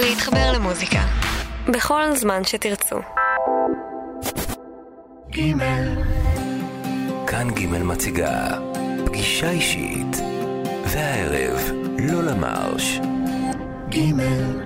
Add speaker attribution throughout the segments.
Speaker 1: להתחבר למוזיקה בכל זמן שתרצו.
Speaker 2: גימל. כאן גימל מציגה פגישה אישית, והערב לא למרש. גימל.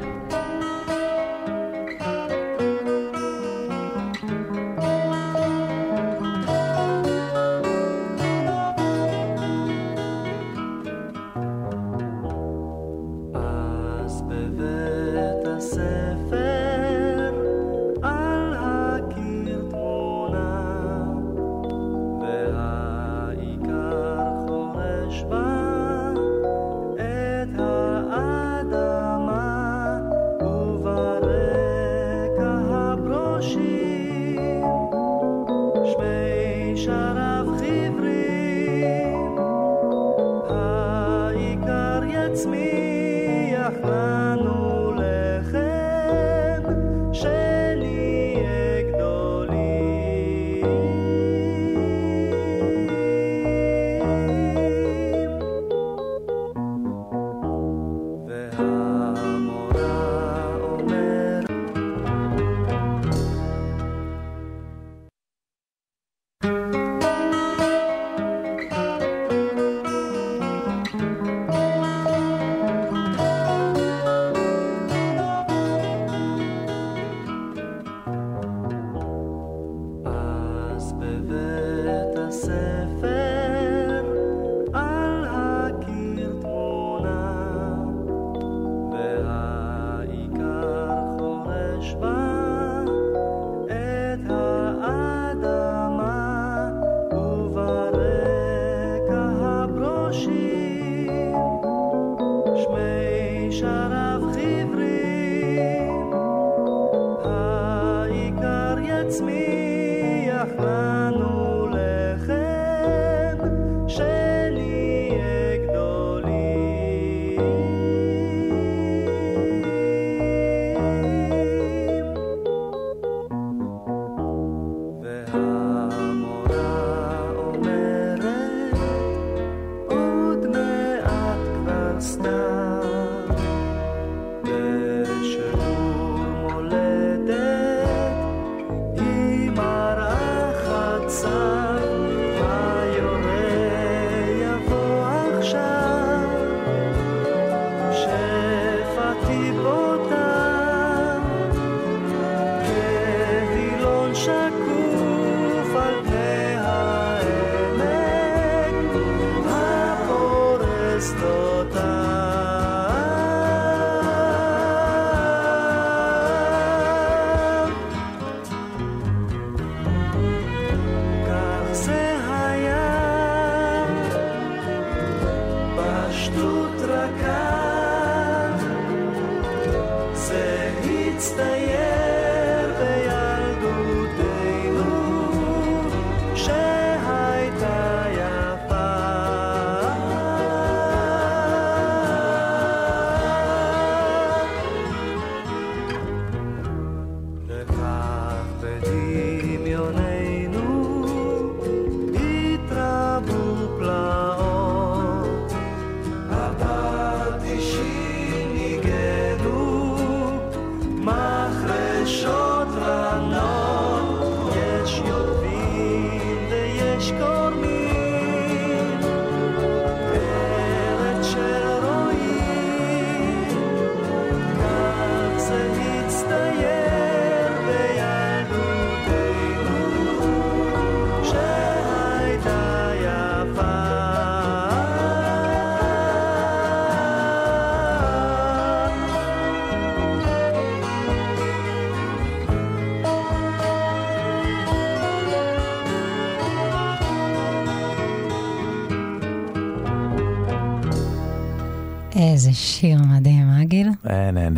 Speaker 3: איזה שיר מדהים, גיל?
Speaker 4: אין.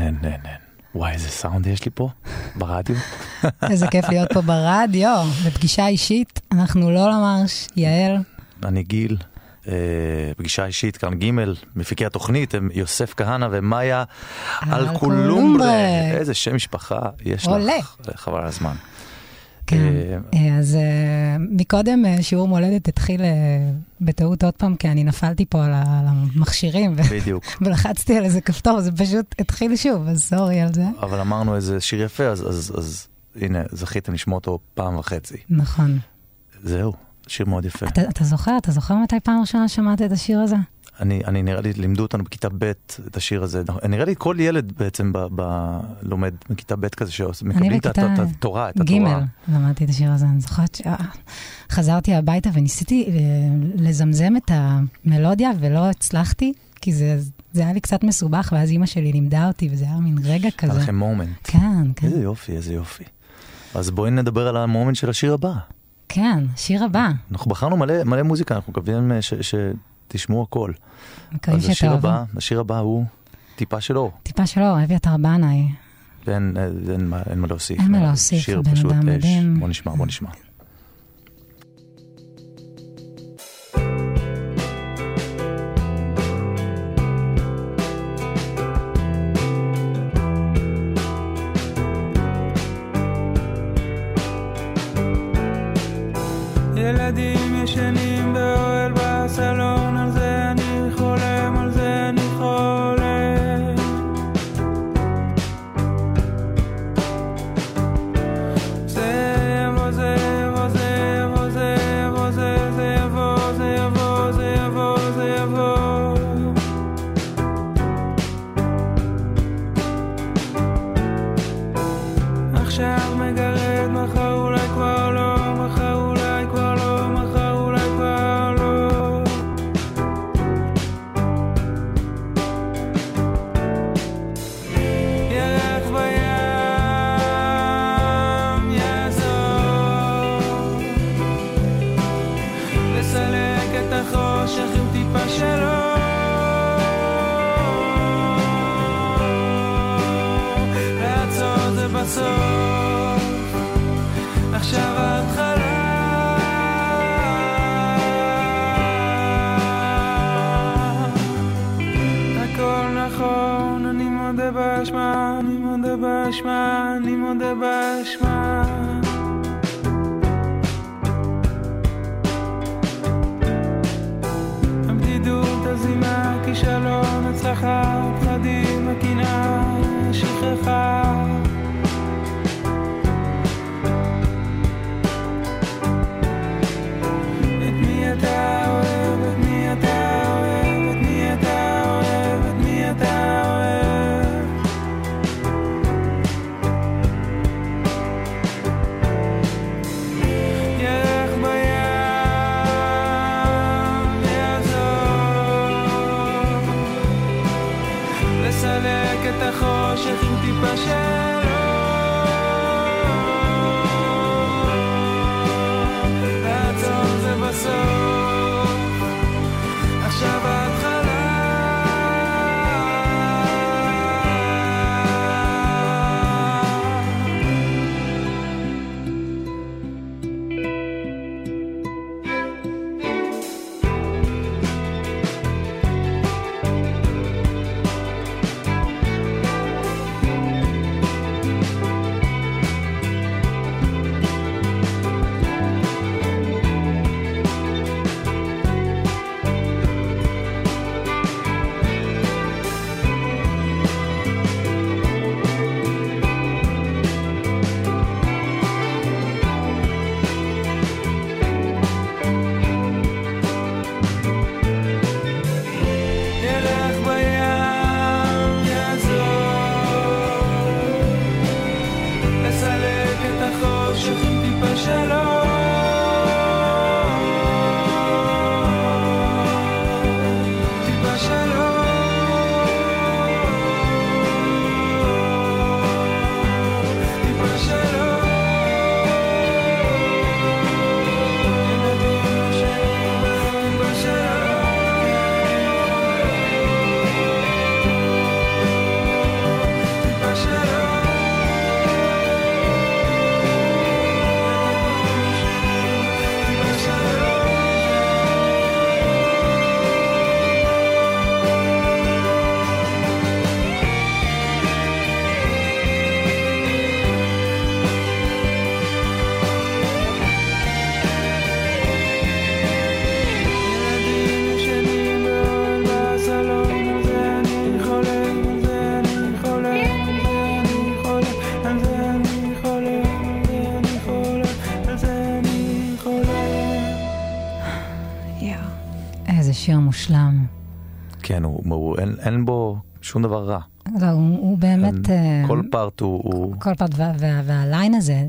Speaker 4: וואי, איזה סאונד יש לי פה ברדיו.
Speaker 3: איזה כיף להיות פה ברדיו, בפגישה אישית. אנחנו לא למרש, יעל.
Speaker 4: אני גיל, פגישה אישית, כאן גימל, מפיקי התוכנית, הם יוסף כהנה ומאיה אלקולומברה. איזה שם משפחה יש לך, חבל על הזמן.
Speaker 3: כן, אז מקודם שיעור מולדת התחיל בטעות עוד פעם, כי אני נפלתי פה על המכשירים,
Speaker 4: בדיוק.
Speaker 3: ולחצתי על איזה כפתור, זה פשוט התחיל שוב, אז סורי על זה.
Speaker 4: אבל אמרנו איזה שיר יפה, אז הנה, זכיתם לשמוע אותו פעם וחצי.
Speaker 3: נכון.
Speaker 4: זהו, שיר מאוד יפה.
Speaker 3: אתה זוכר מתי פעם ראשונה שמעת את השיר הזה?
Speaker 4: אני נראה לי, לימדו אותנו בכיתה ב' את השיר הזה. נראה לי כל ילד בעצם לומד בכיתה ב' כזה, שמקבלים את התורה, את התורה.
Speaker 3: ג' למדתי את השיר הזה, אני זוכרת שחזרתי הביתה וניסיתי לזמזם את המלודיה ולא הצלחתי, כי זה היה לי קצת מסובך, ואז אמא שלי לימדה אותי, וזה היה מין רגע כזה.
Speaker 4: היה לכם מומנט.
Speaker 3: כן, כן.
Speaker 4: איזה יופי, איזה יופי. אז בואי נדבר על המומנט של השיר הבא.
Speaker 3: כן, שיר הבא.
Speaker 4: אנחנו בחרנו מלא מוזיקה, אנחנו מקווים שתשמעו הכל.
Speaker 3: מקווים שתאהבו.
Speaker 4: השיר הבא הוא טיפה של אור.
Speaker 3: טיפה של אור, אביתר בנאי.
Speaker 4: אין מה להוסיף.
Speaker 3: אין מה להוסיף,
Speaker 4: שיר
Speaker 3: בן
Speaker 4: פשוט
Speaker 3: אדם מדהים.
Speaker 4: בוא נשמע.
Speaker 5: ילדים ישנים באוהל בסלון, על זה אני חולם, על זה אני חולם. זה יבוא, זה יבוא, זה יבוא, זה יבוא, זה יבוא, זה יבוא, זה יבוא, זה יבוא. עכשיו מגרד, מחר אולי כבר לא, מחר אולי כבר לא, מחר אולי כבר לא. ירח בים יעזור לסלק את החושך עם טיפה שלו, לעצור זה בסוף, עכשיו ההתחלה. הכל נכון, אני מודה באשמה, אני מודה באשמה, אני מודה באשמה. הבדידות, הזימה, כישלון, הצלחה, פחדים, הקינה, שכחה. את מי אתה אוהב, את מי אתה אוהב, את מי אתה אוהב, את מי אתה אוהב. ירח בים יעזור לסלק את החושך עם טיפה שלו, לעצור זה בסוף, עכשיו ההתחלה.
Speaker 4: כן, אין בו שום דבר רע.
Speaker 3: לא, הוא באמת...
Speaker 4: כל פארט הוא...
Speaker 3: כל פארט, והליין הזה...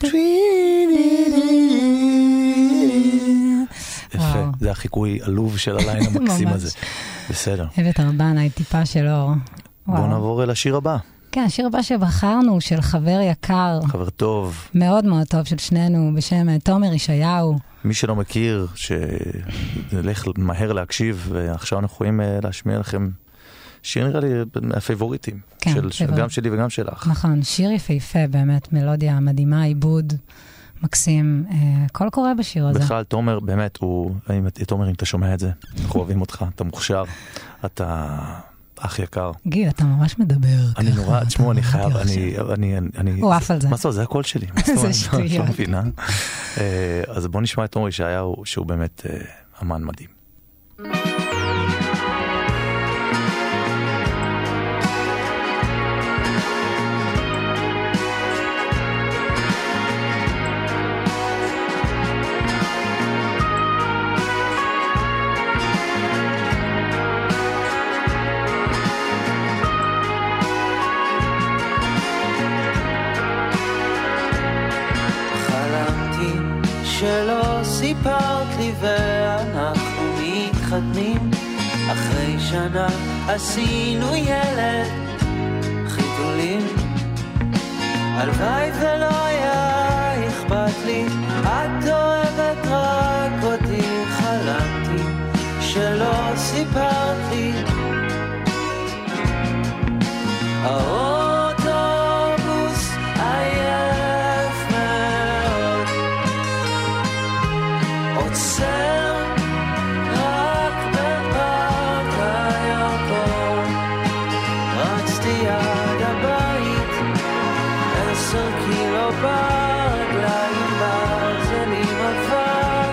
Speaker 4: יפה, זה החיקוי עלוב של הליין המקסים הזה. בסדר.
Speaker 3: אוהבת הרבה, אני טיפה שלא...
Speaker 4: בואו נעבור אל השיר הבא.
Speaker 3: כן, השיר הבא שבחרנו, של חבר יקר.
Speaker 4: חבר טוב.
Speaker 3: מאוד מאוד טוב של שנינו, בשם תומר ישעיהו.
Speaker 4: מי שלא מכיר, שילך מהר להקשיב, ועכשיו אנחנו יכולים להשמיע לכם שיר נראה לי מהפייבוריטים.
Speaker 3: כן,
Speaker 4: גם שלי וגם שלך.
Speaker 3: נכון, שיר יפהפה, באמת, מלודיה מדהימה, עיבוד מקסים, הכל קורה בשיר הזה.
Speaker 4: בכלל, תומר, באמת, תומר, אם אתה שומע את זה, אנחנו אוהבים אותך, אתה מוכשר, אתה... אח יקר.
Speaker 3: גיל, אתה ממש מדבר.
Speaker 4: אני נורא, תשמעו, אני חייב,
Speaker 3: הוא עף על זה.
Speaker 4: מה זה הקול שלי?
Speaker 3: זה שטויות.
Speaker 4: לא מבינה. אז בוא נשמע את תומר ישעיהו, שהוא באמת אמן מדהים.
Speaker 6: שלא סיפרת לי ואנחנו מתחתנים אחרי שנה עשינו ילד חיתולים הלוואי ולא היה אכפת לי את אוהבת רק אותי חלמתי שלא סיפרת לי האוטובוס עייף מאוד עוצר רק בפארק הירקון רצתי עד הבית 10 קילו ברגליים ברזלים אבק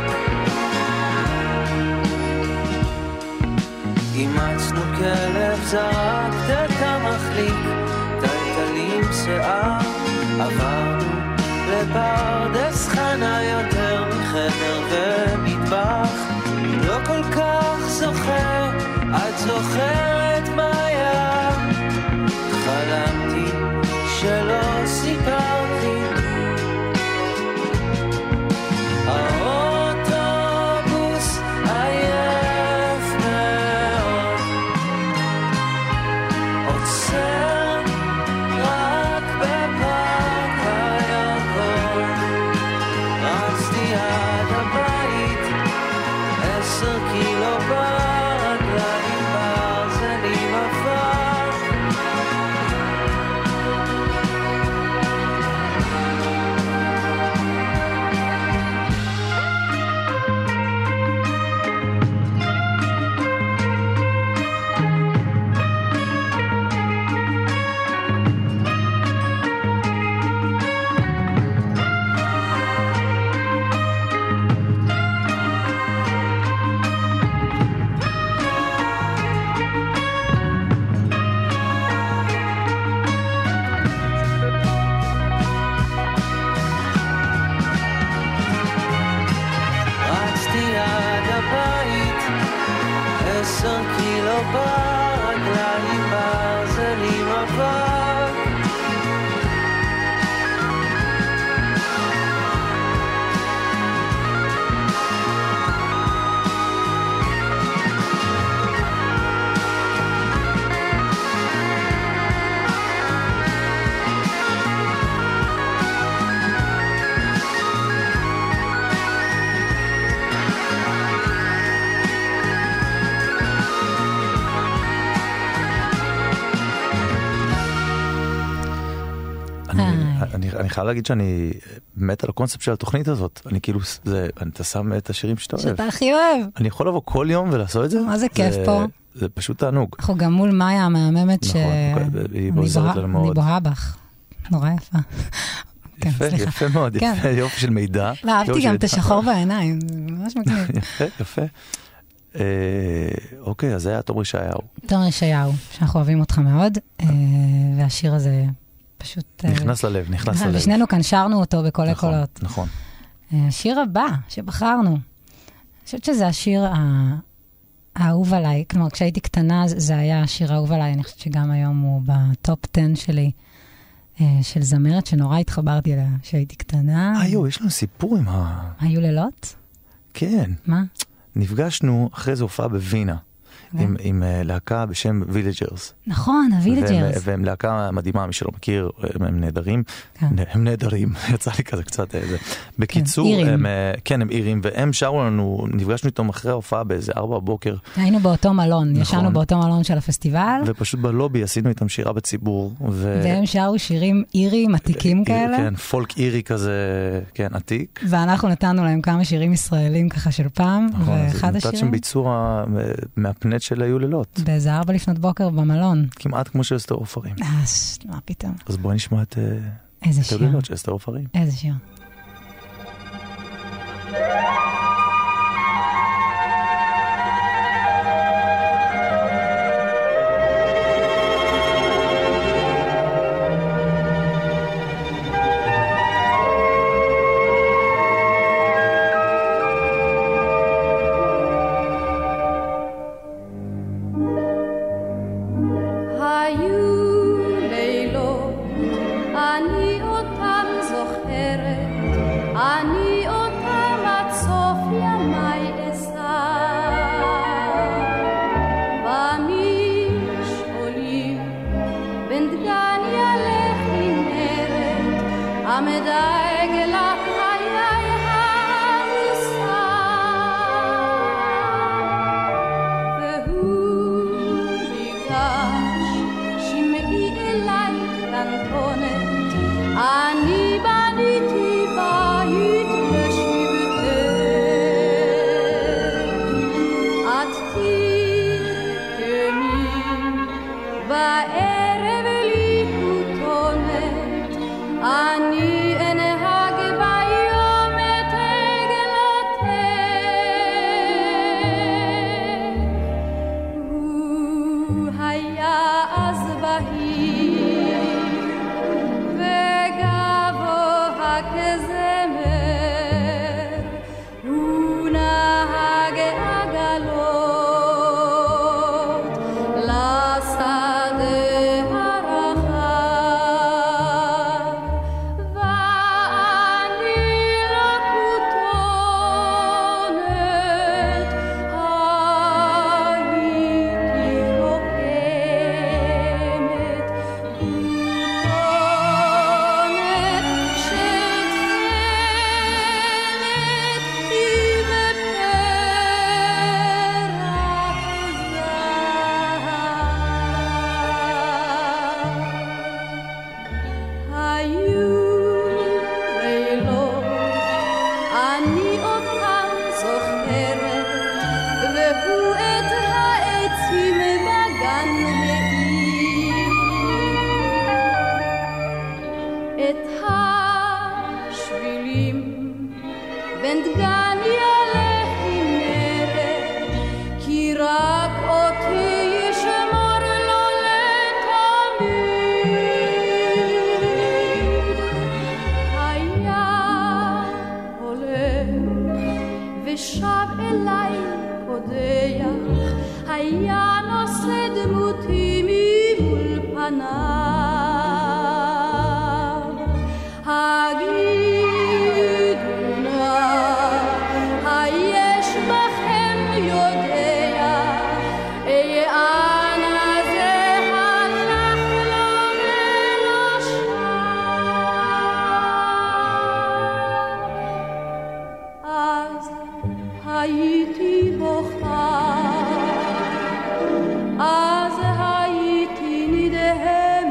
Speaker 6: אימצנו כלב זרקת את המחליק טלטלים שיער עברנו לפרדס חנה יותר מחדר ומטבח לא כל כך זוכר את זוכרת מה היה חלמתי שלא סיפרתי האוטובוס עייף מאוד עוצר רק בפארק הירקון רצתי עד הבית 10 קילו ברגליים ברזלים עפר רצתי עד הבית 10 קילו ברגליים ברזלים אבק
Speaker 4: אני חייב להגיד שאני מת על הקונספט של התוכנית הזאת. אני כאילו, אתה שם את השירים שאתה אוהב.
Speaker 3: שאתה הכי אוהב.
Speaker 4: אני יכול לבוא כל יום ולעשות את זה?
Speaker 3: מה זה כיף פה?
Speaker 4: זה פשוט תענוג.
Speaker 3: אנחנו גם מול מאיה המהממת
Speaker 4: היא עוזרת לנו מאוד.
Speaker 3: אני בוהה בך. נורא יפה.
Speaker 4: יפה מאוד, יפה, יופי של מידע.
Speaker 3: לא, אהבתי גם את השחור בעיניים, ממש מגניב.
Speaker 4: יפה, יפה. אוקיי, אז זה היה תומר ישעיהו.
Speaker 3: תומר ישעיהו, שאנחנו אוהבים אותך מאוד, והשיר הזה פשוט...
Speaker 4: נכנס ללב, נכנס ללב.
Speaker 3: ושנינו כאן שרנו אותו בקולי קולות.
Speaker 4: נכון.
Speaker 3: השיר הבא שבחרנו, אני חושבת שזה השיר האהוב עליי, כלומר, כשהייתי קטנה זה היה השיר האהוב עליי, אני חושבת שגם היום הוא בטופ 10 שלי, של זמרת שנורא התחברתי אליה, כשהייתי קטנה.
Speaker 4: יש לנו סיפור עם
Speaker 3: היו לילות?
Speaker 4: כן.
Speaker 3: מה?
Speaker 4: נפגשנו אחרי זה הופעה בווינה, עם להקה בשם וילג'רס.
Speaker 3: נכון, הווילג'רס.
Speaker 4: והם להקה מדהימה, מי שלא מכיר, הם נהדרים. הם נהדרים, יצא לי כזה קצת איזה. בקיצור, הם אירים, והם שרו לנו, נפגשנו איתם אחרי ההופעה באיזה 4 בבוקר.
Speaker 3: היינו באותו מלון, ישנו באותו מלון של הפסטיבל.
Speaker 4: ופשוט בלובי עשינו איתם שירה בציבור.
Speaker 3: והם שרו שירים אירים, עתיקים כאלה.
Speaker 4: כן, פולק אירי כזה, כן, עתיק.
Speaker 3: ואנחנו נתנו להם כמה שירים ישראלים ככה של פעם, ואחד השירים.
Speaker 4: שם ביצוע מהפנט של היו לילות.
Speaker 3: באיזה 4 לפנות בוקר במלון.
Speaker 4: כמעט כמו של אסתר עופרים.
Speaker 3: מה פתאום.
Speaker 4: אז בואי נשמע את היו לילות של אסתר עופרים.
Speaker 3: איזה שיר.
Speaker 7: אז הייתי נדהמת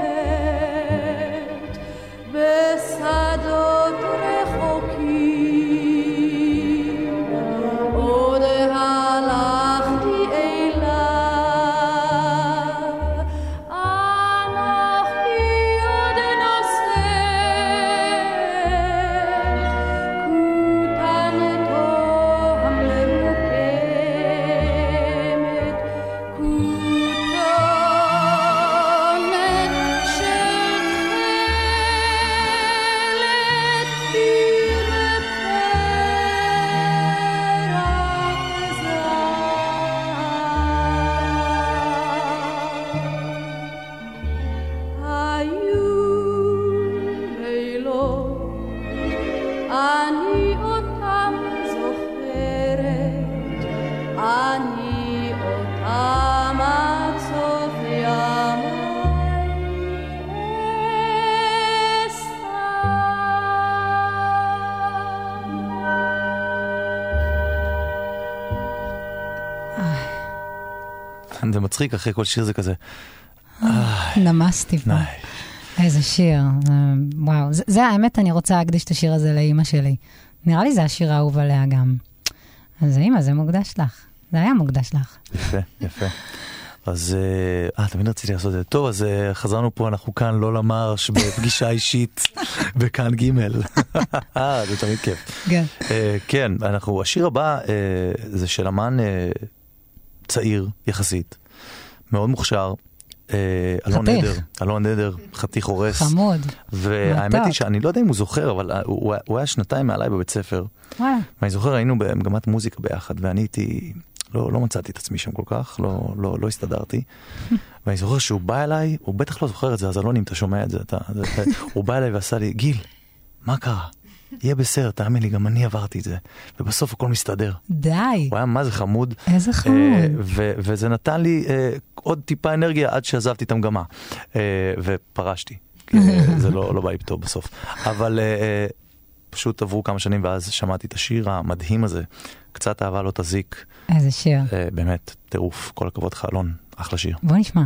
Speaker 4: מצחיק, אחרי כל שיר זה כזה.
Speaker 3: נמסתי פה. איזה שיר. וואו. זה האמת, אני רוצה להקדיש את השיר הזה לאמא שלי. נראה לי זה השיר האהוב עליה גם. אז אמא, זה מוקדש לך. זה היה מוקדש לך.
Speaker 4: יפה, יפה. אז, תמיד רציתי לעשות את זה. טוב, אז חזרנו פה, אנחנו כאן לא למרש, בפגישה אישית, בכאן ג' זה תמיד כיף. כן, השיר הבא זה של אמן צעיר יחסית, מאוד מוכשר, אלון נדר, חתיך הורס.
Speaker 3: חמוד.
Speaker 4: והאמת היא שאני לא יודע אם הוא זוכר, אבל הוא היה שנתיים מעליי בבית ספר. ואני זוכר, היינו במגמת מוזיקה ביחד, ואני הייתי... לא מצאתי את עצמי שם כל כך, לא הסתדרתי. ואני זוכר שהוא בא אליי, הוא בטח לא זוכר את זה, אז אלון, אם אתה שומע את זה, הוא בא אליי ועשה לי, גיל, מה קרה? יהיה בסדר, תאמין לי, גם אני עברתי את זה. ובסוף הכל מסתדר.
Speaker 3: די.
Speaker 4: הוא היה מה זה חמוד.
Speaker 3: איזה חמוד.
Speaker 4: וזה נתן לי עוד טיפה אנרגיה עד שעזבתי את המגמה. ופרשתי. זה לא בא לי טוב בסוף. אבל פשוט עברו כמה שנים, ואז שמעתי את השיר המדהים הזה. קצת אהבה לא תזיק.
Speaker 3: איזה שיר.
Speaker 4: באמת, טירוף. כל הכבוד לך, אלון. אחלה שיר.
Speaker 3: בוא נשמע.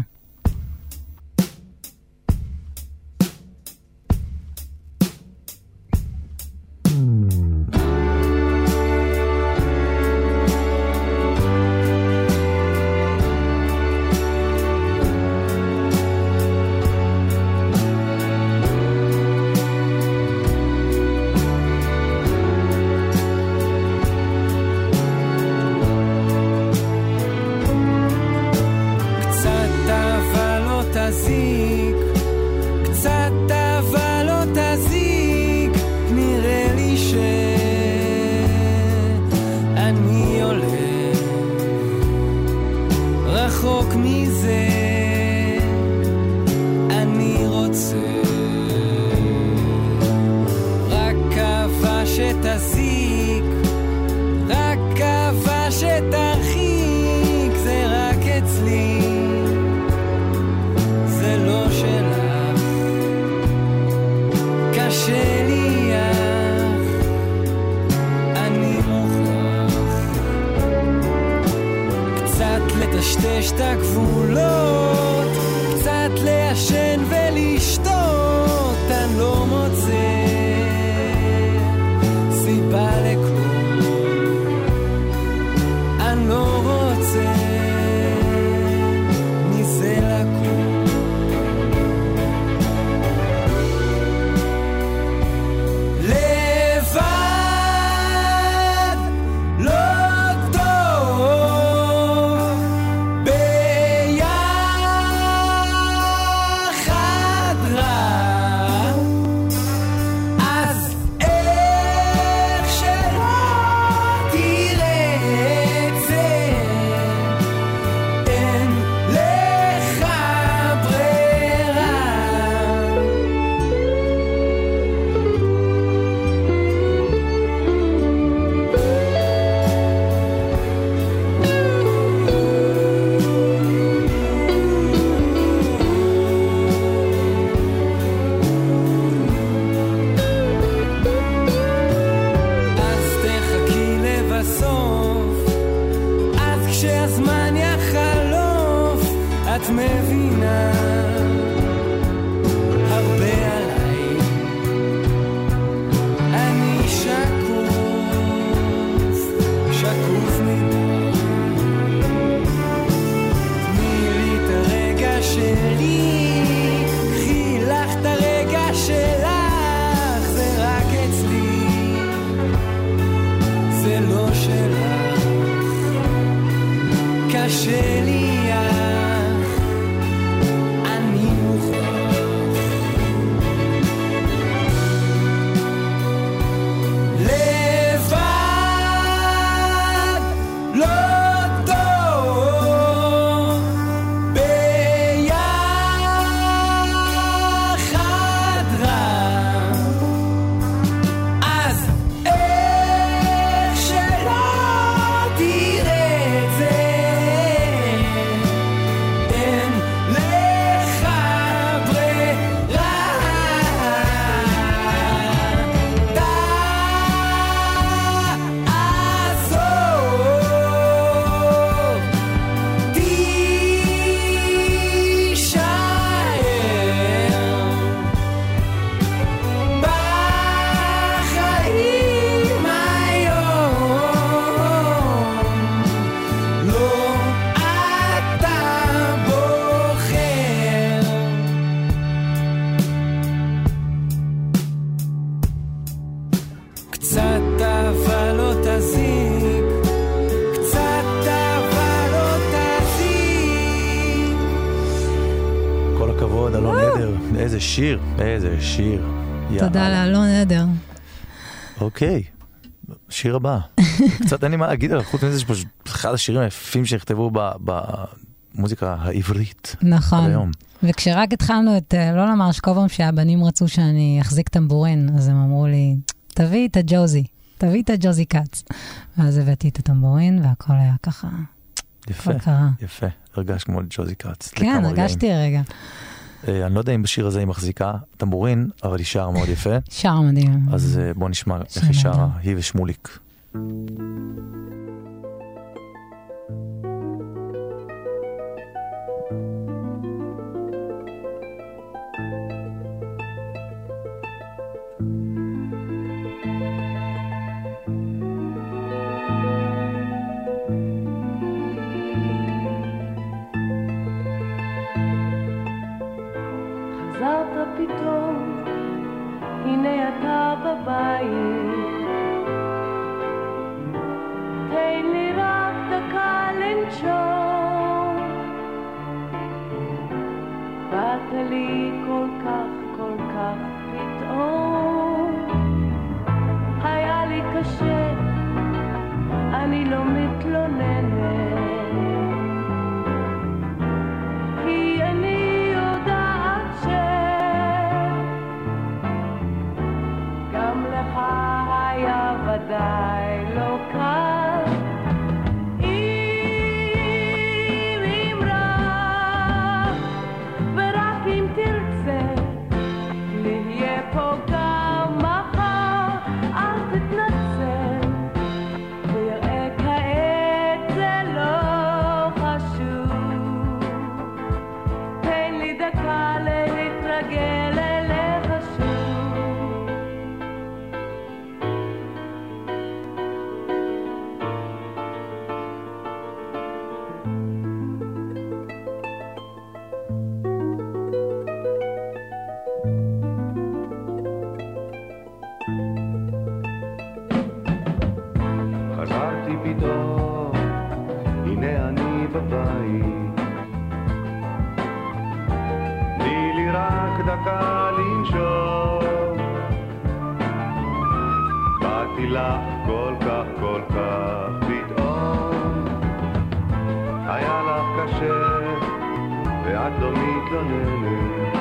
Speaker 5: שליח, אני
Speaker 4: הכבוד, אלון עדר. איזה שיר, איזה שיר.
Speaker 3: תודה לאלון עדר.
Speaker 4: אוקיי, שיר הבא. קצת אין לי מה להגיד עליו, חוץ מזה שפה אחד השירים היפים שנכתבו במוזיקה העברית.
Speaker 3: נכון. וכשרק התחלנו את לא לומר שכל פעם שהבנים רצו שאני אחזיק טמבורין, אז הם אמרו לי, תביא את הג'וזי, תביא את הג'וזי קאץ. ואז הבאתי את הטמבורין והכל היה ככה.
Speaker 4: יפה, יפה. הרגש כמו ג'וזי קאץ.
Speaker 3: כן, הרגשתי רגע.
Speaker 4: אני לא יודע אם בשיר הזה היא מחזיקה טמבורין, אבל היא שר מאוד יפה.
Speaker 3: שר מדהים.
Speaker 4: אז בוא נשמע איך היא שרה, היא ושמוליק.
Speaker 7: פתאום, הנה אתה בבית, תן לי רק דקה לנשום, באת לי כל כך כל כך פתאום, היה לי קשה, אני לא מתלוננת, כי אני ודאי לא קל אם רק ורק אם תרצה נהיה פה גם מחר אל תתנצל ויראה כעת זה לא חשוב תן לי דקה להתרגל אליך שוב
Speaker 8: דקה לנשום באתי לך כל כך כל כך פתאום היה לך קשה ואת לא מתלוננת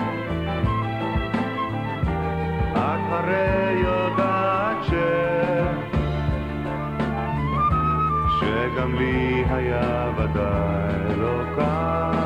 Speaker 8: את הרי יודעת שגם לי היה ודאי לא קל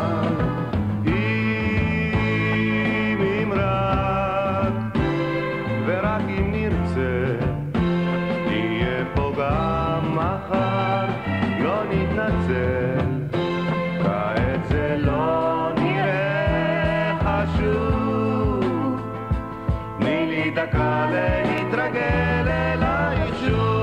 Speaker 8: כעת זה לא נראה חשוב תני לי דקה להתרגל אלייך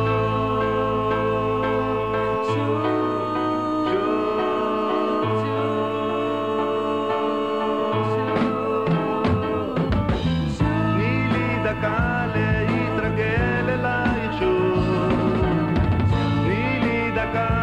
Speaker 8: תני לי דקה להתרגל אלייך שוב תני לי דקה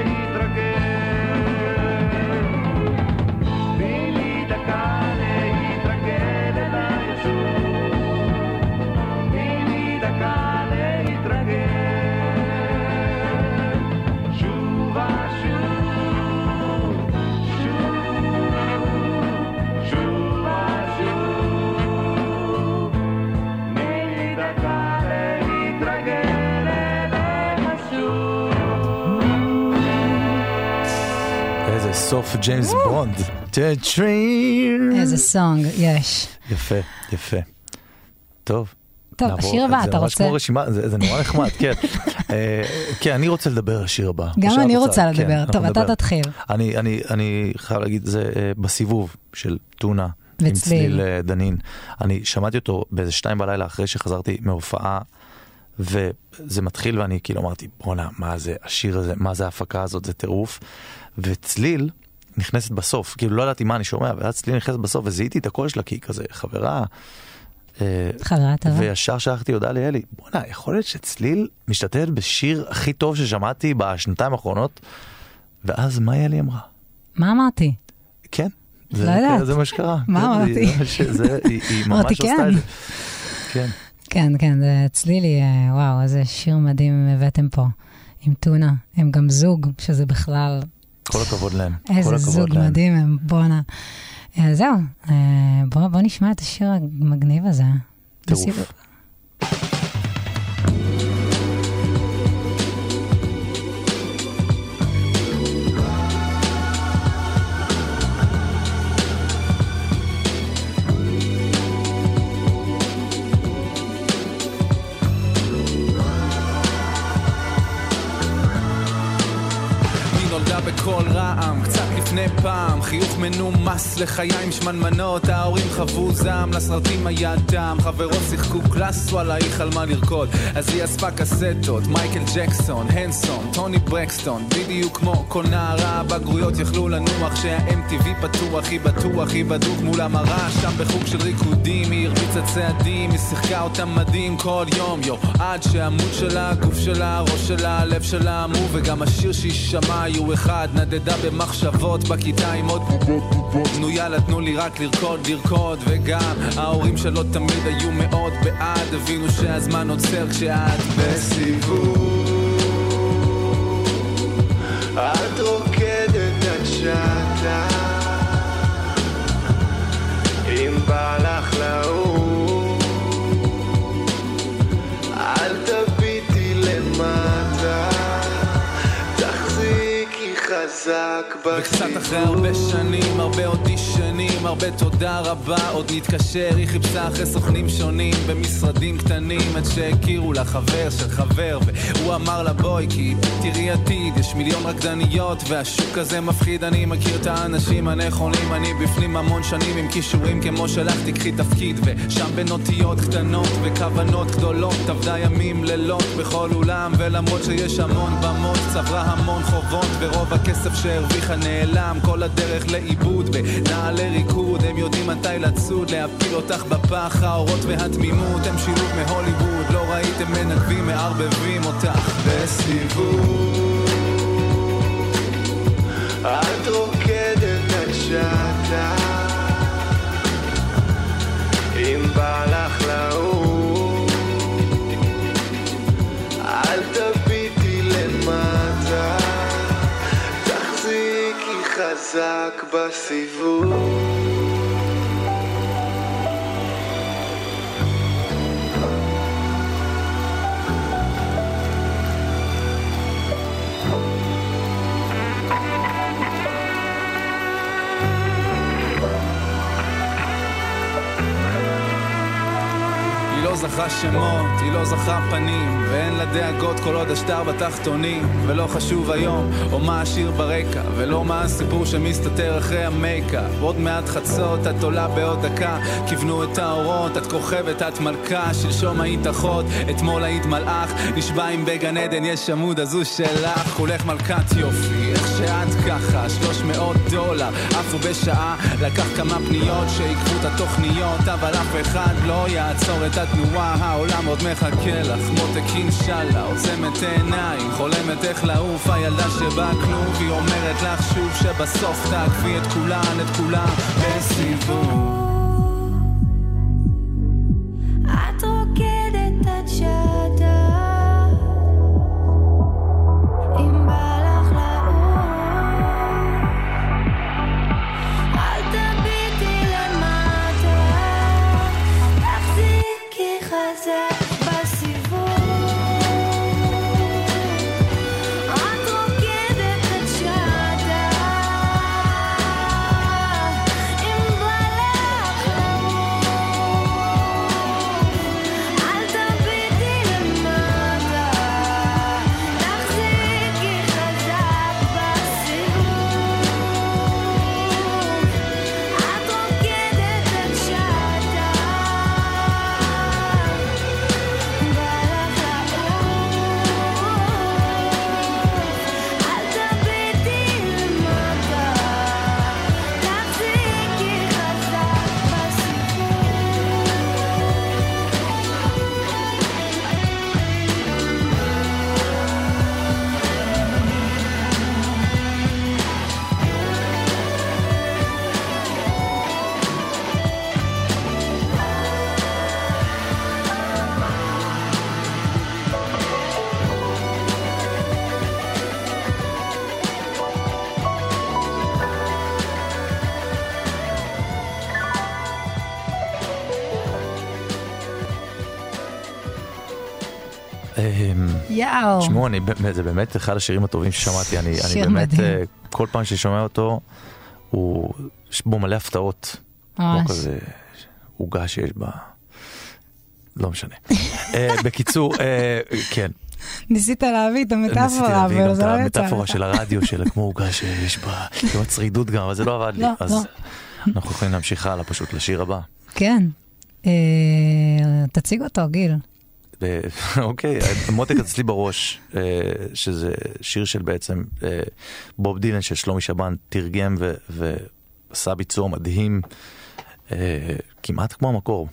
Speaker 4: סוף ג'יימס בונד.
Speaker 3: איזה סונג, יש.
Speaker 4: יפה, יפה. טוב.
Speaker 3: טוב, השיר הבא, אתה רוצה?
Speaker 4: זה כמו רשימה, זה נורא נחמד, כן. כן, אני רוצה לדבר על השיר הבא.
Speaker 3: גם אני רוצה לדבר. טוב, אתה תתחיל.
Speaker 4: אני חייב להגיד, זה בסיבוב של טונה. עם צליל דנין. אני שמעתי אותו באיזה 2 בלילה אחרי שחזרתי מהופעה, וזה מתחיל ואני כאילו אמרתי, בונה, מה זה השיר הזה, מה זה ההפקה הזאת, זה טירוף. וצליל נכנסת בסוף, כאילו לא ידעתי מה אני שומע, ואז צליל נכנסת בסוף, וזיהיתי את הקול שלה, כי כזה חברה
Speaker 3: טובה.
Speaker 4: וישר שלחתי הודעה לאלי, בונה, יכול להיות שצליל משתתפת בשיר הכי טוב ששמעתי בשנתיים האחרונות, ואז מה אלי אמרה?
Speaker 3: מה אמרתי?
Speaker 4: כן,
Speaker 3: לא יודעת.
Speaker 4: זה מה שקרה.
Speaker 3: מה אמרתי?
Speaker 4: היא ממש עושה את זה. כן.
Speaker 3: כן, כן, זה צלילי, וואו, איזה שיר מדהים הבאתם פה, עם טונה. הם גם זוג, שזה בכלל...
Speaker 4: כל הכבוד להם.
Speaker 3: איזה זוג מדהים הם, בונה. זהו, בוא נשמע את השיר המגניב הזה.
Speaker 4: טירוף.
Speaker 9: בכל רעם, קצת לפני פעם, חיוך מנומס לחיים שמנמנות, ההורים חוו זעם, לסרטים היה דם, חברות שיחקו קלאס, וואלה היא חלמה לרקוד, אז היא אספה קסטות, מייקל ג'קסון, הנסון, טוני ברקסטון, בדיוק כמו כל נערה, בגרויות יכלו לנוח, שה-MTV פתוח, היא בטוח, היא בדוק מול המראה, שם בחוג של ריקודים, היא הרביצה צעדים, היא שיחקה אותם מדהים כל יום, עד שהעמוד שלה, הגוף שלה, הראש שלה, הלב שלה עמו, וגם השיר שהיא שמעה היו אחד, נדדה במחשבות בכיתה עם עוד בובות, בנויה לתנו לי רק לרקוד, וגם ההורים שלו תמיד היו מאוד בעד, הבינו שהזמן עוצר כשאת בסיבוב,
Speaker 6: את רוקדת עד שעתה, אם בא לך לאור, אל תביטי למטה,
Speaker 9: וקצת אחרי הרבה שנים, הרבה אודישנים, הרבה תודה רבה, עוד נתקשר, היא חיפשה אחרי סוכנים שונים במשרדים קטנים, עד שהכירו לה חבר של חבר, והוא אמר לה בואי כי תראי עתיד, יש מיליון רקדניות והשוק הזה מפחיד, אני מכיר את האנשים הנכונים, אני בפנים המון שנים עם כישורים כמו שלך, תקחי תפקיד, ושם בנוטיות קטנות וכוונות גדולות, עבדה ימים לילות בכל אולם, ולמרות שיש המון במות, צברה המון חובות, ורוב הכסף שהרוויחה נעלם כל הדרך לאיבוד בנעלי ריקוד, הם יודעים מתי לצוד, להפיל אותך בפח, האורות והתמימות הם שילוב מהוליווד, לא ראיתם מנגבים, מערבבים אותך בסיבוב,
Speaker 6: את רוקדת עד שעתה, אם בא לך לאור, אל תביטי למטה, חזק בסיבוב,
Speaker 9: היא לא זכה שמות, היא לא זכה פנים, ואין לה דאגות כל עוד השטר בתחתונים, ולא חשוב היום או מה השיר ברקע, ולא מה הסיפור שמסתתר אחרי המייקאפ, עוד מעט חצות, את עולה בעוד דקה, כיוונו את האורות, את כוכבת, את מלכה, שלשום היית אחות, אתמול היית מלאך, נשבע עם בגן עדן, יש עמוד הזו שלך, כולך מלכת יופי, איך שאת ככה, $300, עפו בשעה, לקח כמה פניות שיקחו את התוכניות, אבל אף אחד לא יעצור את התנועה, העולם עוד מחכה לך, מותק אינשאללה, עוצמת עיניים, חולמת איך לעוף, הילדה שבא כלום, היא אומרת לך שוב שבסוף תעקבי את כולן, את כולם בסיבוב.
Speaker 7: את רוקדת עד שעתה, אם בא לך לאור, אל תביטי למטה, תחזיקי חזק בסיבוב, את רוקדת עד שעתה, אם בא
Speaker 3: יאו.
Speaker 4: תשמעו, זה באמת אחד השירים הטובים ששמעתי. אני באמת, כל פעם ששומע אותו, יש בו מלא הפתעות. כמו כזה עוגה שיש בה... לא משנה. בקיצור, כן.
Speaker 3: ניסית להביא את המטאפורה,
Speaker 4: ניסיתי להביא גם את
Speaker 3: לא
Speaker 4: המטאפורה של הרדיו, של כמו עוגה שיש בה, כמו צרידות גם, אבל זה לא עבד לי. אז אנחנו יכולים להמשיך הלאה פשוט לשיר הבא.
Speaker 3: כן. תציג אותו, גיל.
Speaker 4: אוקיי, מותק אצלי בראש, שזה שיר של בעצם בוב דילן של שלומי שבן, תרגם ועשה ביצוע מדהים, כמעט כמו המקור.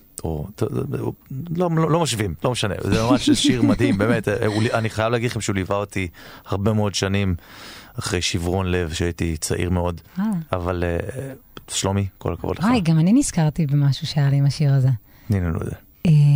Speaker 4: לא משווים, לא משנה, זה ממש שיר מדהים, באמת. אני חייב להגיד לכם שהוא ליווה אותי הרבה מאוד שנים אחרי שברון לב שהייתי צעיר מאוד, אבל שלומי, כל הכבוד לך.
Speaker 3: גם אני נזכרתי במשהו שהיה לי עם השיר הזה.
Speaker 4: נינו את זה.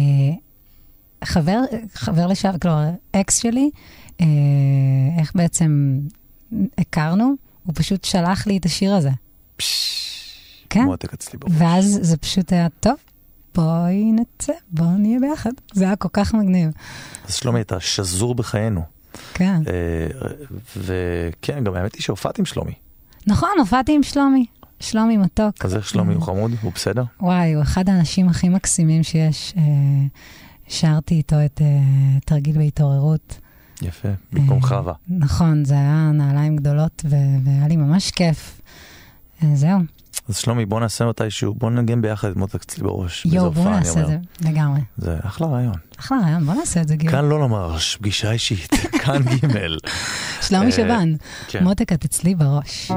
Speaker 3: חבר לשעבר, כלומר, אקס שלי, איך בעצם הכרנו, הוא פשוט שלח לי את השיר הזה. כן.
Speaker 4: מותק אצלי בראש.
Speaker 3: ואז זה פשוט היה טוב. בואי נצא, בואו נהיה ביחד. זה היה כל כך מגניב.
Speaker 4: אז שלומי, אתה שזור בחיינו.
Speaker 3: כן.
Speaker 4: וכן, גם האמת היא שהופעתי עם שלומי.
Speaker 3: נכון, הופעתי עם שלומי. שלומי מתוק.
Speaker 4: אז איך שלומי הוא חמוד? הוא בסדר?
Speaker 3: וואי, הוא אחד האנשים הכי מקסימים שיש. שרתי איתו את תרגיל בהתעוררות.
Speaker 4: יפה, במקום חווה.
Speaker 3: נכון, זה היה נעליים גדולות, והיה לי ממש כיף. זהו.
Speaker 4: אז שלומי, בוא נעשה מתישהו, בוא נגן ביחד את מותק אצלי בראש.
Speaker 3: יו, בוא נעשה את זה לגמרי.
Speaker 4: זה אחלה רעיון.
Speaker 3: אחלה רעיון, בוא נעשה את זה גיל.
Speaker 4: כאן לא למרש, פגישה אישית, כאן ג'
Speaker 3: שלומי שבן, מותק את אצלי בראש.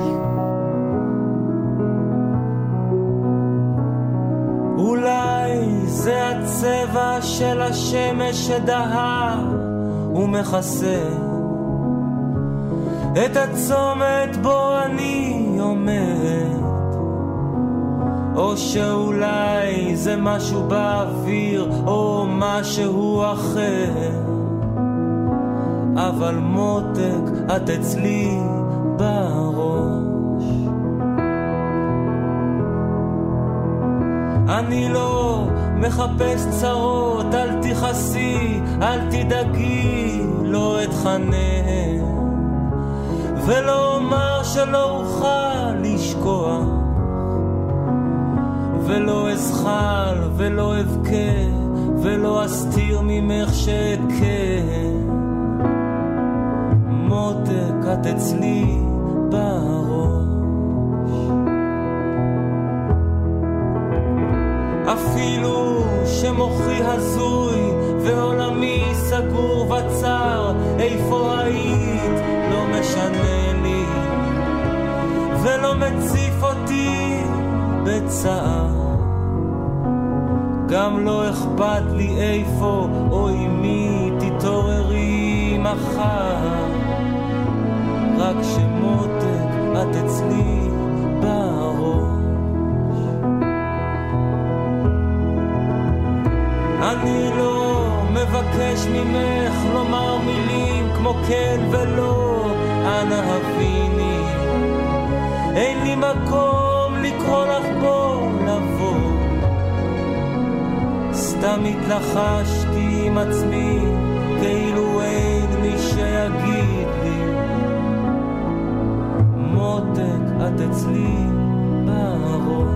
Speaker 5: אולי זה הצבע של השמש שדהה ומכסה את הצומת בו אני עומד, או שאולי זה משהו באוויר או משהו אחר, אבל מותק את אצלי בראש. אני לא מחפש צרות, אל תכעסי, אל תדאגי, לא אתחנן ולא אומר שלא אוכל לשכוח, ולא אזחל ולא אבכה ולא אסתיר ממך שאתכה. מותק את אצלי בראש. אפילו שמוחי הזוי ועולמי סגור וצר, איפה היית לא משנה לי ולא מציף אותי בצער, גם לא אכפת לי איפה או עם מי תתעוררי מחר, רק שמותק את אצלי בראש. אני לא מבקש ממך לומר מילים כמו כן ולא, אנא הביני, אין לי מקום לקרוא לך בוא לבוא, סתם התלחשתי עם עצמי כאילו אין מי שיגיד לי, מותק את אצלי בראש.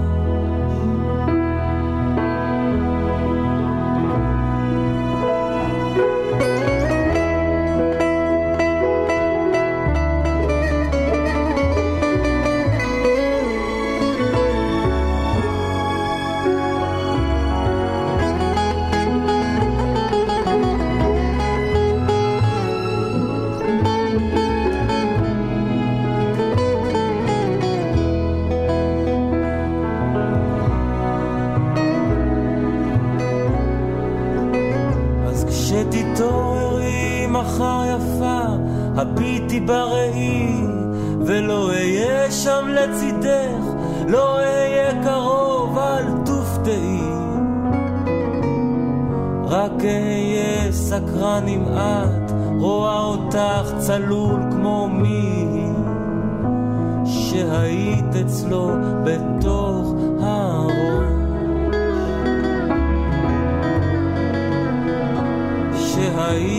Speaker 5: הביטי בראי ולא אהיה שם לצידך, לא אהיה קרוב אל תופתעי, רק אהיה סקרן אם את רואה אותך צלול כמו מי שהיית אצלו בתוך הראש, שהיית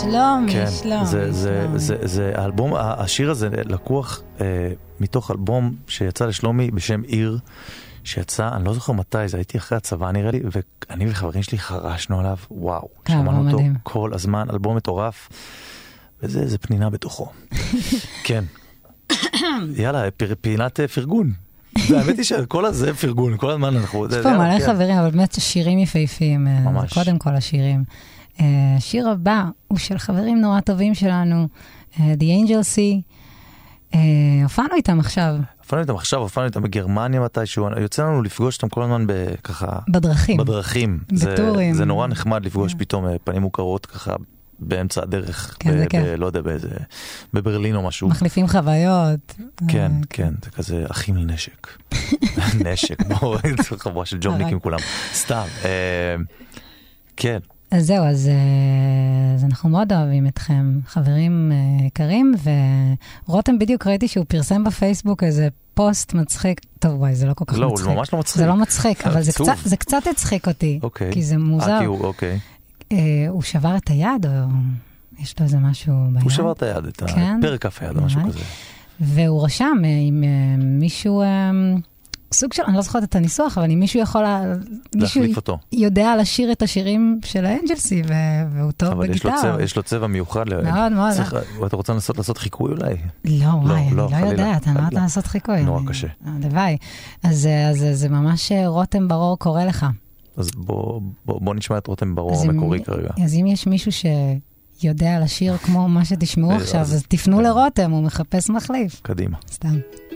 Speaker 3: שלומי,
Speaker 4: כן,
Speaker 3: שלומי.
Speaker 4: זה האלבום, השיר הזה לקוח מתוך אלבום שיצא לשלומי בשם עיר, שיצא, אני לא זוכר מתי, זה הייתי אחרי הצבא נראה לי, ואני וחברים שלי חרשנו עליו, וואו, שמענו אותו כל הזמן, אלבום מטורף, וזה פנינה בתוכו. כן. יאללה, פינת פרגון. האמת היא שכל הזה פרגון, כל הזמן אנחנו...
Speaker 3: יש פה מלא חברים, אבל באמת שירים יפהפיים. ממש. קודם כל השירים. השיר הבא הוא של חברים נורא טובים שלנו, The Angel Sea. הופענו איתם עכשיו.
Speaker 4: הופענו איתם בגרמניה מתישהו. יוצא לנו לפגוש אותם כל הזמן ככה...
Speaker 3: בדרכים. בטורים.
Speaker 4: זה נורא נחמד לפגוש פתאום פנים מוכרות ככה באמצע הדרך. לא יודע באיזה... בברלין או משהו.
Speaker 3: מחליפים חוויות.
Speaker 4: כן, זה כזה אחים לנשק. נשק, בואו, חבורה של ג'ובניקים כולם. סתם. כן.
Speaker 3: אז זהו, אז אנחנו מאוד אוהבים אתכם, חברים יקרים, ורותם בדיוק ראיתי שהוא פרסם בפייסבוק איזה פוסט מצחיק, טוב וואי, זה לא כל כך מצחיק.
Speaker 4: לא, הוא ממש לא מצחיק.
Speaker 3: זה לא מצחיק, אבל זה קצת הצחיק אותי, כי זה מוזר. הוא שבר את היד, או יש לו איזה משהו ביד?
Speaker 4: הוא שבר את היד, את פרק כף היד, או משהו כזה.
Speaker 3: והוא רשם עם מישהו... סוג של, אני לא זוכרת את הניסוח, אבל אם מישהו יכול
Speaker 4: להחליף אותו.
Speaker 3: יודע לשיר את השירים של האנג'לסי, והוא טוב בגיטרה.
Speaker 4: אבל יש לו צבע מיוחד.
Speaker 3: מאוד מאוד.
Speaker 4: אתה רוצה לעשות חיקוי אולי?
Speaker 3: לא, וואי, אני לא יודעת, אני לא יודעת לעשות חיקוי.
Speaker 4: נורא קשה.
Speaker 3: דווי. אז זה ממש רותם ברור קורא לך.
Speaker 4: אז בוא נשמע את רותם ברור המקורי כרגע.
Speaker 3: אז אם יש מישהו שיודע לשיר כמו מה שתשמעו עכשיו, אז תפנו לרותם, הוא מחפש מחליף.
Speaker 4: קדימה.
Speaker 3: סתם.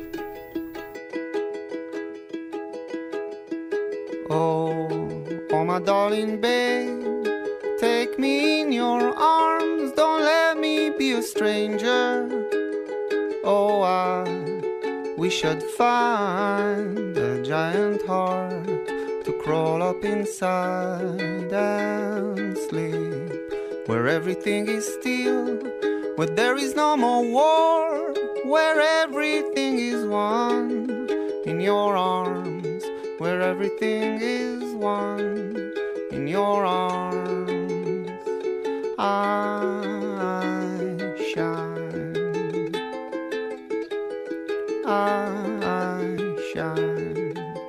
Speaker 10: Oh, my darling babe, take me in your arms, don't let me be a stranger. Oh, I wish I'd find a giant heart to crawl up inside and sleep, where everything is still, where there is no more war, where everything is one in your arms, where everything is one in your arms. I shine, I shine.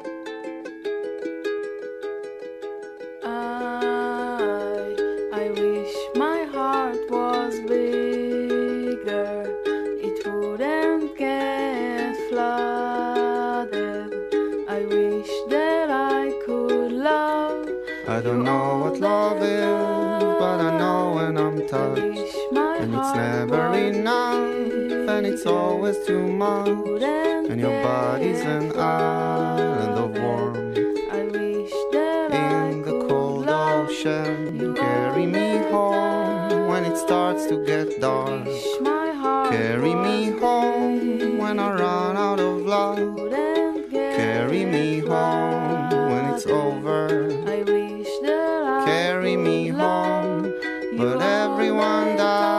Speaker 7: I wish my heart was bigger, it wouldn't get flooded. I wish that I could love.
Speaker 10: I don't know what love is, but I know when I'm touched, and it's never enough, and it's always too much, and your body's an island of warmth.
Speaker 7: I wish that
Speaker 10: in the cold ocean, you carry me home when it starts to get dark. Carry me home when I run out of love. Carry me home when it's over.
Speaker 7: I wish that I
Speaker 10: carry me home, but everyone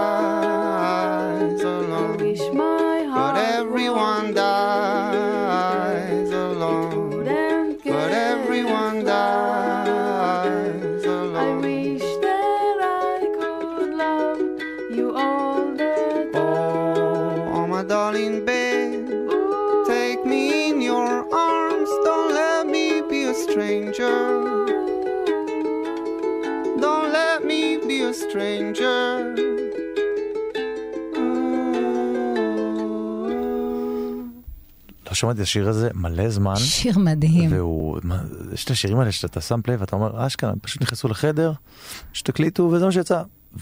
Speaker 10: dies alone. But everyone dies alone. But everyone dies alone.
Speaker 7: I wish that I could love you all the time.
Speaker 10: Oh, my darling babe, take me in your arms, don't let me be a stranger. Don't let me be a stranger.
Speaker 4: לא שמעתי את השיר הזה מלא זמן.
Speaker 3: שיר מדהים.
Speaker 4: יש את השירים האלה שאתה שם פליי ואתה אומר, אשכרה, הם פשוט נכנסו לחדר, שתקליטו וזה מה שיצא.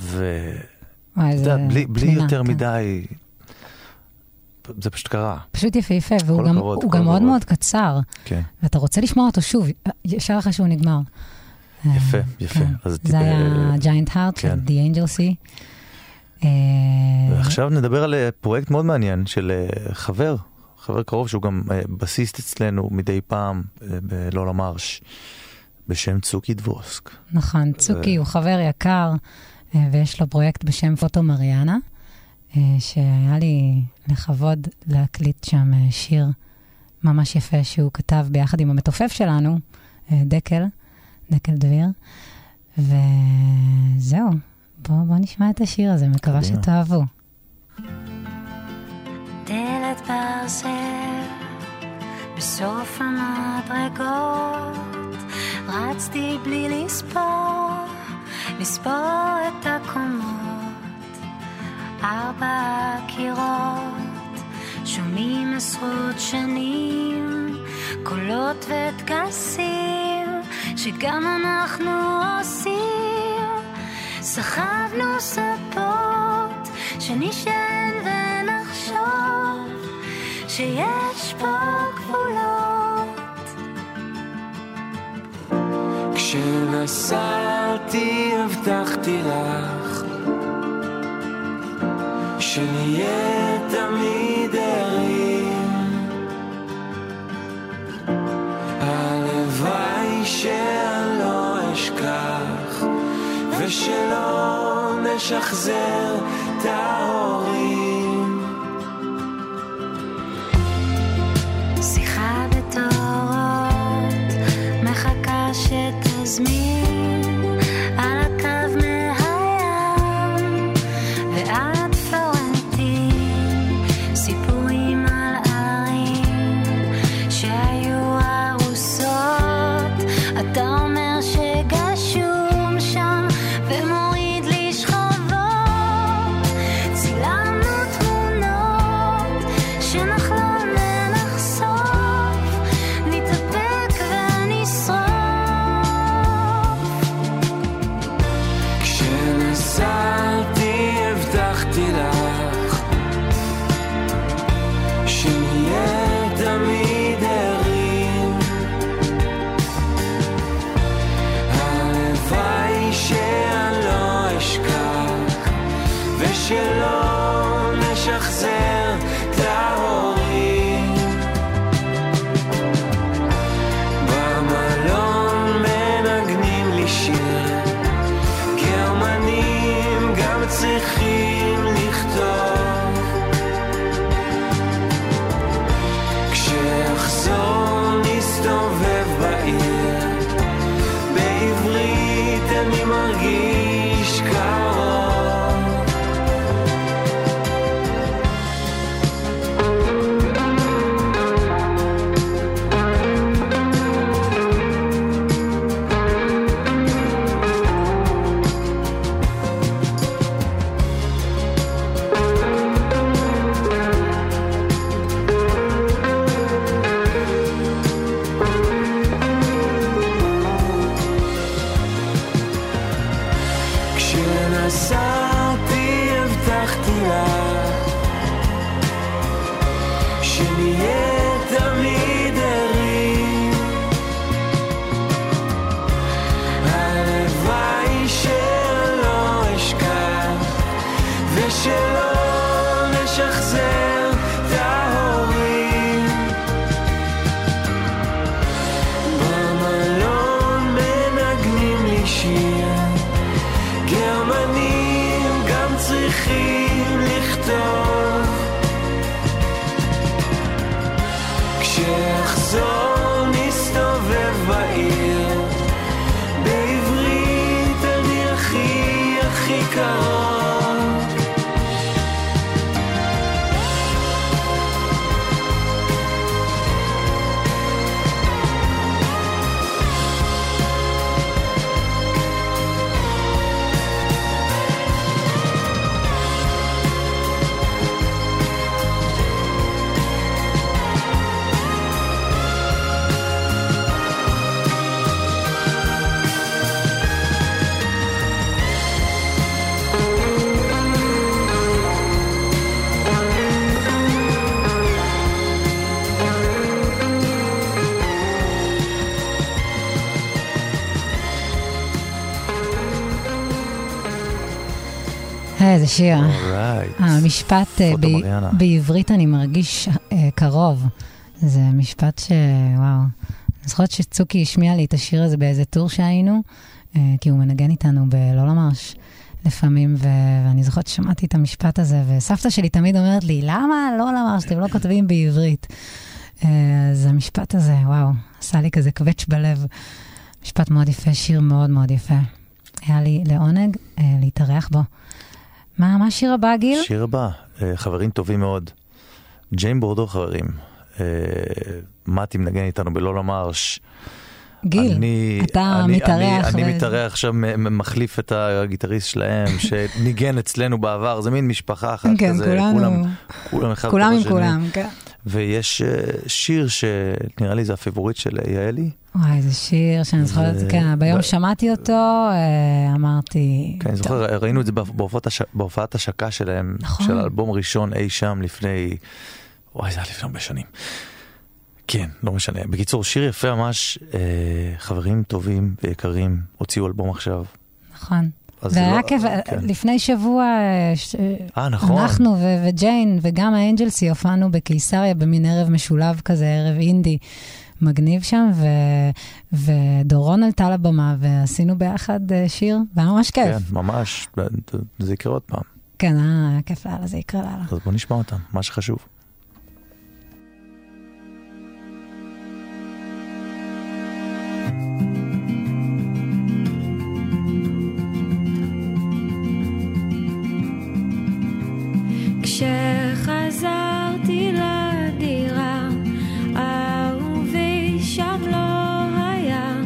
Speaker 4: בלי יותר מדי, זה פשוט קרה.
Speaker 3: פשוט יפה, והוא גם מאוד מאוד קצר. ואתה רוצה לשמוע אותו שוב, ישר אחרי שהוא נגמר.
Speaker 4: יפה.
Speaker 3: זה היה Giant Heart של The Angel Sea.
Speaker 4: ועכשיו נדבר על פרויקט מאוד מעניין של חבר קרוב, שהוא גם בסיסט אצלנו מדי פעם בלולה מרש, בשם צוקי דבוסק.
Speaker 3: נכון, צוקי הוא חבר יקר, ויש לו פרויקט בשם פוטו מריאנה, שהיה לי לכבוד להקליט שם שיר ממש יפה שהוא כתב ביחד עם המתופף שלנו, דקל דביר, וזהו, בוא נשמע את השיר הזה, מקווה שתאהבו.
Speaker 11: דלת ברזל בסוף המדרגות, רצתי בלי לספור את הקומות, 4 קירות, שומעים עשרות שנים, קולות ודגסים שגם אנחנו עושים, סחבנו ספות שנשאל ונחשוב שיש פה גבולות.
Speaker 12: כשנסעתי הבטחתי לך שנהיה תמיד ערים, הלוואי שלא אשכח ושלא נשחזר את ההורים.
Speaker 11: שיחה בתורות מחכה שתזמין על הקו מהים ועד פלורנטין, סיפורים על ערים שהיו הרוסות, אתה אומר שגשום שם ומוריד לי שכבות, צילמנו תמונות שנחלום ונחשוף, נתאפק ונשרוף.
Speaker 12: כשנסעתי הבטחתי לך שנהיה תמיד ערים, הלוואי שלא אשכח ושלא נשחזר את ההורים. במלון מנגנים לי שיר, גרמנים גם צריכים לכתוב, כשאחזור נסתובב בעיר, בעברית אני מרגיש קרוב. כשנסעתי הבטחתי לך שנהיה תמיד ערים, הלוואי שלא אשכח ושלא נשחזר את ההורים. במלון מנגנים לי שיר, גרמנים גם צריכים לכתוב, כשאחזור נסתובב בעיר, בעברית אני הכי קרוב.
Speaker 3: איזה שיר. המשפט בעברית אני מרגיש קרוב. זה משפט שוואו. אני זוכרת שצוקי השמיע לי את השיר הזה באיזה טור שהיינו, כי הוא מנגן איתנו בלא למרש לפעמים, ואני זוכרת ששמעתי את המשפט הזה, וסבתא שלי תמיד אומרת לי, למה לא למרש, אתם לא כותבים בעברית? אז המשפט הזה, וואו, עשה לי כזה קווץ' בלב. משפט מאוד יפה, שיר מאוד מאוד יפה. היה לי לעונג להתארח בו. מה השיר הבא, גיל?
Speaker 4: שיר הבא, חברים טובים מאוד. ג'יין בורדו חברים. מתי מנגן איתנו בלולה מרש.
Speaker 3: גיל, אתה מתארח.
Speaker 4: אני מתארח עכשיו, מחליף את הגיטריסט שלהם, שניגן אצלנו בעבר, זה מין משפחה אחת כזה, כולם אחד
Speaker 3: כולם עם כולם, כן.
Speaker 4: ויש שיר שנראה לי זה הפייבוריט של יעלי.
Speaker 3: וואי, זה שיר שאני זוכרת, כן, ביום שמעתי אותו, אמרתי...
Speaker 4: כן, אני זוכר, ראינו את זה בהופעת השקה שלהם, של אלבום ראשון אי שם לפני, וואי, זה היה לפני הרבה שנים. כן, לא משנה. בקיצור, שיר יפה ממש, חברים טובים ויקרים, הוציאו אלבום עכשיו.
Speaker 3: נכון. והיה כיף, לפני שבוע, אנחנו וג'יין וגם האנג'לסי הופענו בקיסריה במין ערב משולב כזה, ערב אינדי מגניב שם, ודורון עלתה לבמה ועשינו ביחד שיר, והיה ממש כיף.
Speaker 4: כן, ממש, זה יקרה עוד פעם.
Speaker 3: כן, היה כיף לאללה, זה יקרה לאללה.
Speaker 4: אז בוא נשמע אותם, מה שחשוב.
Speaker 11: כשחזרתי לדירה, אהובי שם לא היה,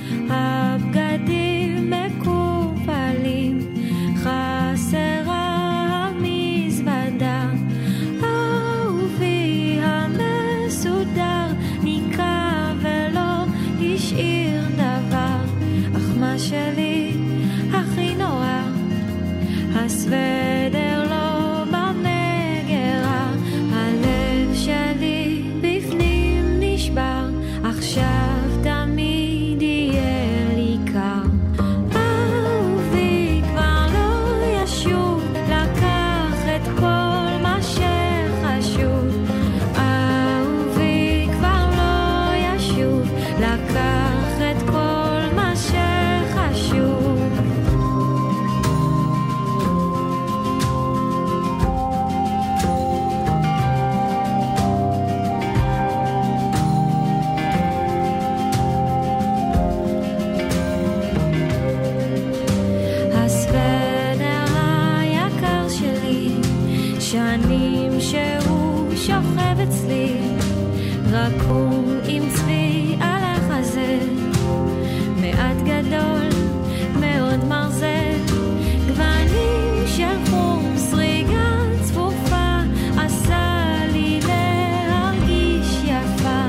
Speaker 11: הבגדים מקופלים, חסרה המזוודה, אהובי המסודר ניקה ולא השאיר דבר, אך מה שלי הכי נורא, הסוודר לא עכשיו תמיד יהיה לי קר, אהובי כבר לא ישוב, לקח את כל מה שחשוב, אהובי כבר לא ישוב, לקח את כל מה שחשוב. שנים שהוא שוכב אצלי, רקום עם צבי על החזה, מעט גדול, מאוד מרזה, גוונים של חום, סריגה צפופה, עשה לי להרגיש יפה,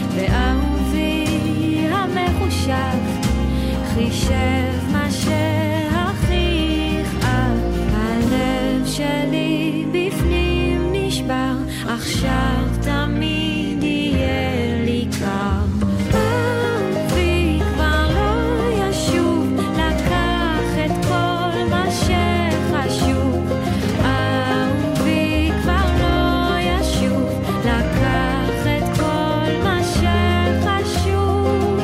Speaker 11: ואהובי המחושב, חישב מה שהכי יכאב, הלב שלי בפנים נשבר, עכשיו תמיד יהיה לי קר, אהובי כבר לא ישוב, לקח את כל מה שחשוב, אהובי כבר לא ישוב, לקח את כל מה שחשוב.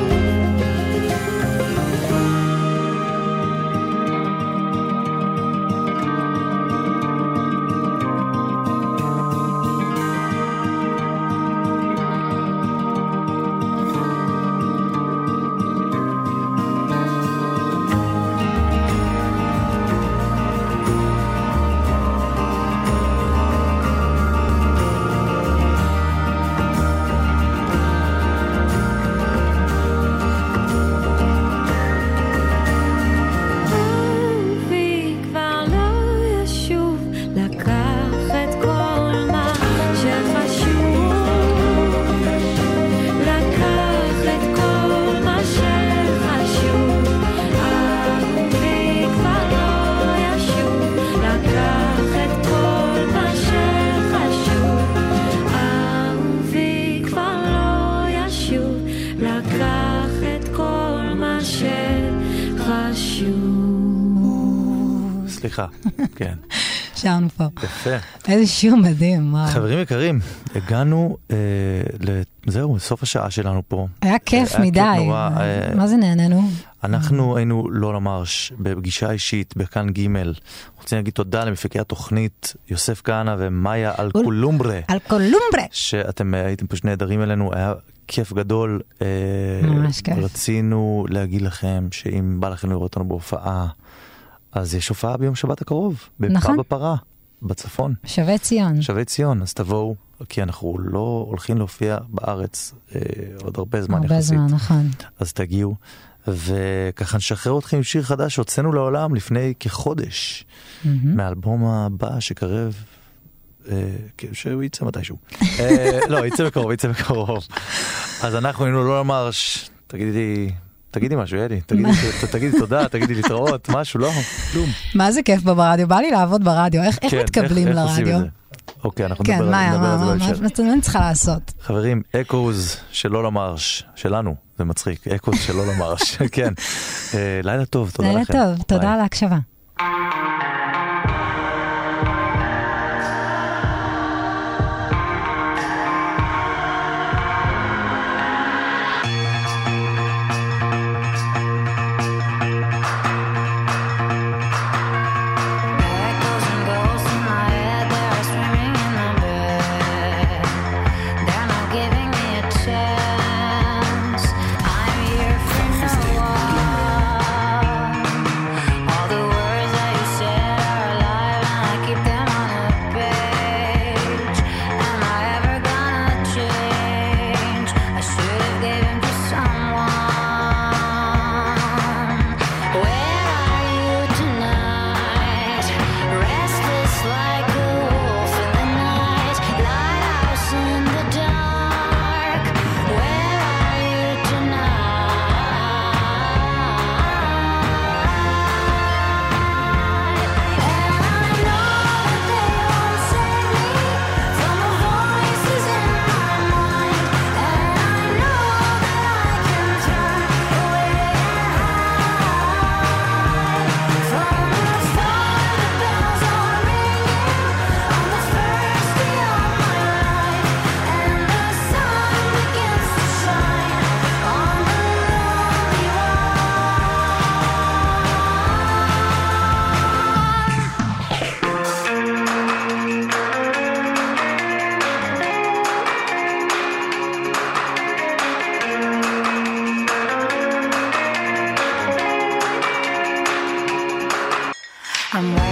Speaker 4: סליחה, כן.
Speaker 3: שרנו פה.
Speaker 4: יפה.
Speaker 3: איזה שיר מדהים, וואו.
Speaker 4: חברים יקרים, הגענו זהו, סוף השעה שלנו פה.
Speaker 3: היה כיף מדי. מה זה נהנינו?
Speaker 4: אנחנו היינו לא למרש, בפגישה אישית, בכאן ג' רוצים להגיד תודה למפיקי התוכנית, יוסף כהנא ומאיה אלקולומברה.
Speaker 3: אלקולומברה.
Speaker 4: שאתם הייתם פה שני נהדרים אלינו, היה כיף גדול.
Speaker 3: ממש כיף.
Speaker 4: רצינו להגיד לכם שאם בא לכם לראות אותנו בהופעה, אז יש הופעה ביום שבת הקרוב,
Speaker 3: נכון.
Speaker 4: בפאב הפרה, בצפון.
Speaker 3: שווה ציון.
Speaker 4: שווה ציון, אז תבואו, כי אנחנו לא הולכים להופיע בארץ עוד הרבה זמן יחסית.
Speaker 3: הרבה זמן, נכון.
Speaker 4: אז תגיעו, וככה נשחרר אתכם עם שיר חדש שהוצאנו לעולם לפני כחודש, מהאלבום הבא שקרב, שהוא יצא מתישהו. לא, יצא בקרוב. אז אנחנו היינו לא למרש, תגידי משהו, ידי, תגידי תודה, תגידי להתראות, משהו, לא, כלום.
Speaker 3: מה זה כיף ברדיו? בא לי לעבוד ברדיו, איך מתקבלים לרדיו?
Speaker 4: אוקיי, אנחנו
Speaker 3: כן,
Speaker 4: נדבר על זה בהמשך.
Speaker 3: מה אני צריכה לעשות?
Speaker 4: חברים, אקוז של לא למרש, שלנו, זה מצחיק, אקוז של לא למרש, כן. לילה טוב, תודה לכם.
Speaker 3: לילה טוב, תודה על ההקשבה. I'm